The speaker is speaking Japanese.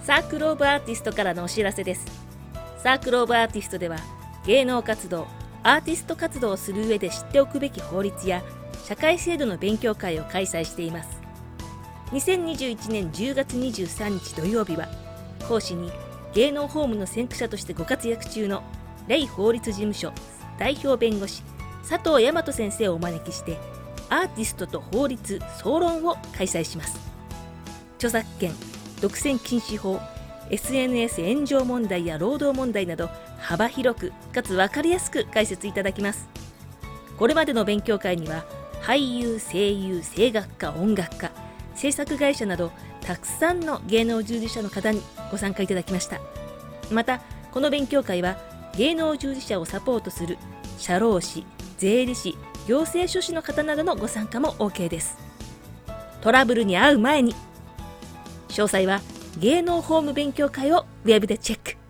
サークルオブアーティストからのお知らせです。サークルオブアーティストでは、芸能活動、アーティスト活動をする上で知っておくべき法律や社会制度の勉強会を開催しています。2021年10月23日土曜日は、講師に芸能法務の先駆者としてご活躍中のレイ法律事務所代表弁護士佐藤大和先生をお招きして、アーティストと法律総論を開催します。著作権、独占禁止法、SNS 炎上問題や労働問題など幅広くかつ分かりやすく解説いただきます。これまでの勉強会には俳優、声優、声楽家、音楽家、制作会社などたくさんの芸能従事者の方にご参加いただきました。またこの勉強会は芸能従事者をサポートする社労士、税理士、行政書士の方などのご参加も OK です。トラブルに遭う前に、詳細は芸能法務勉強会をウェブでチェック。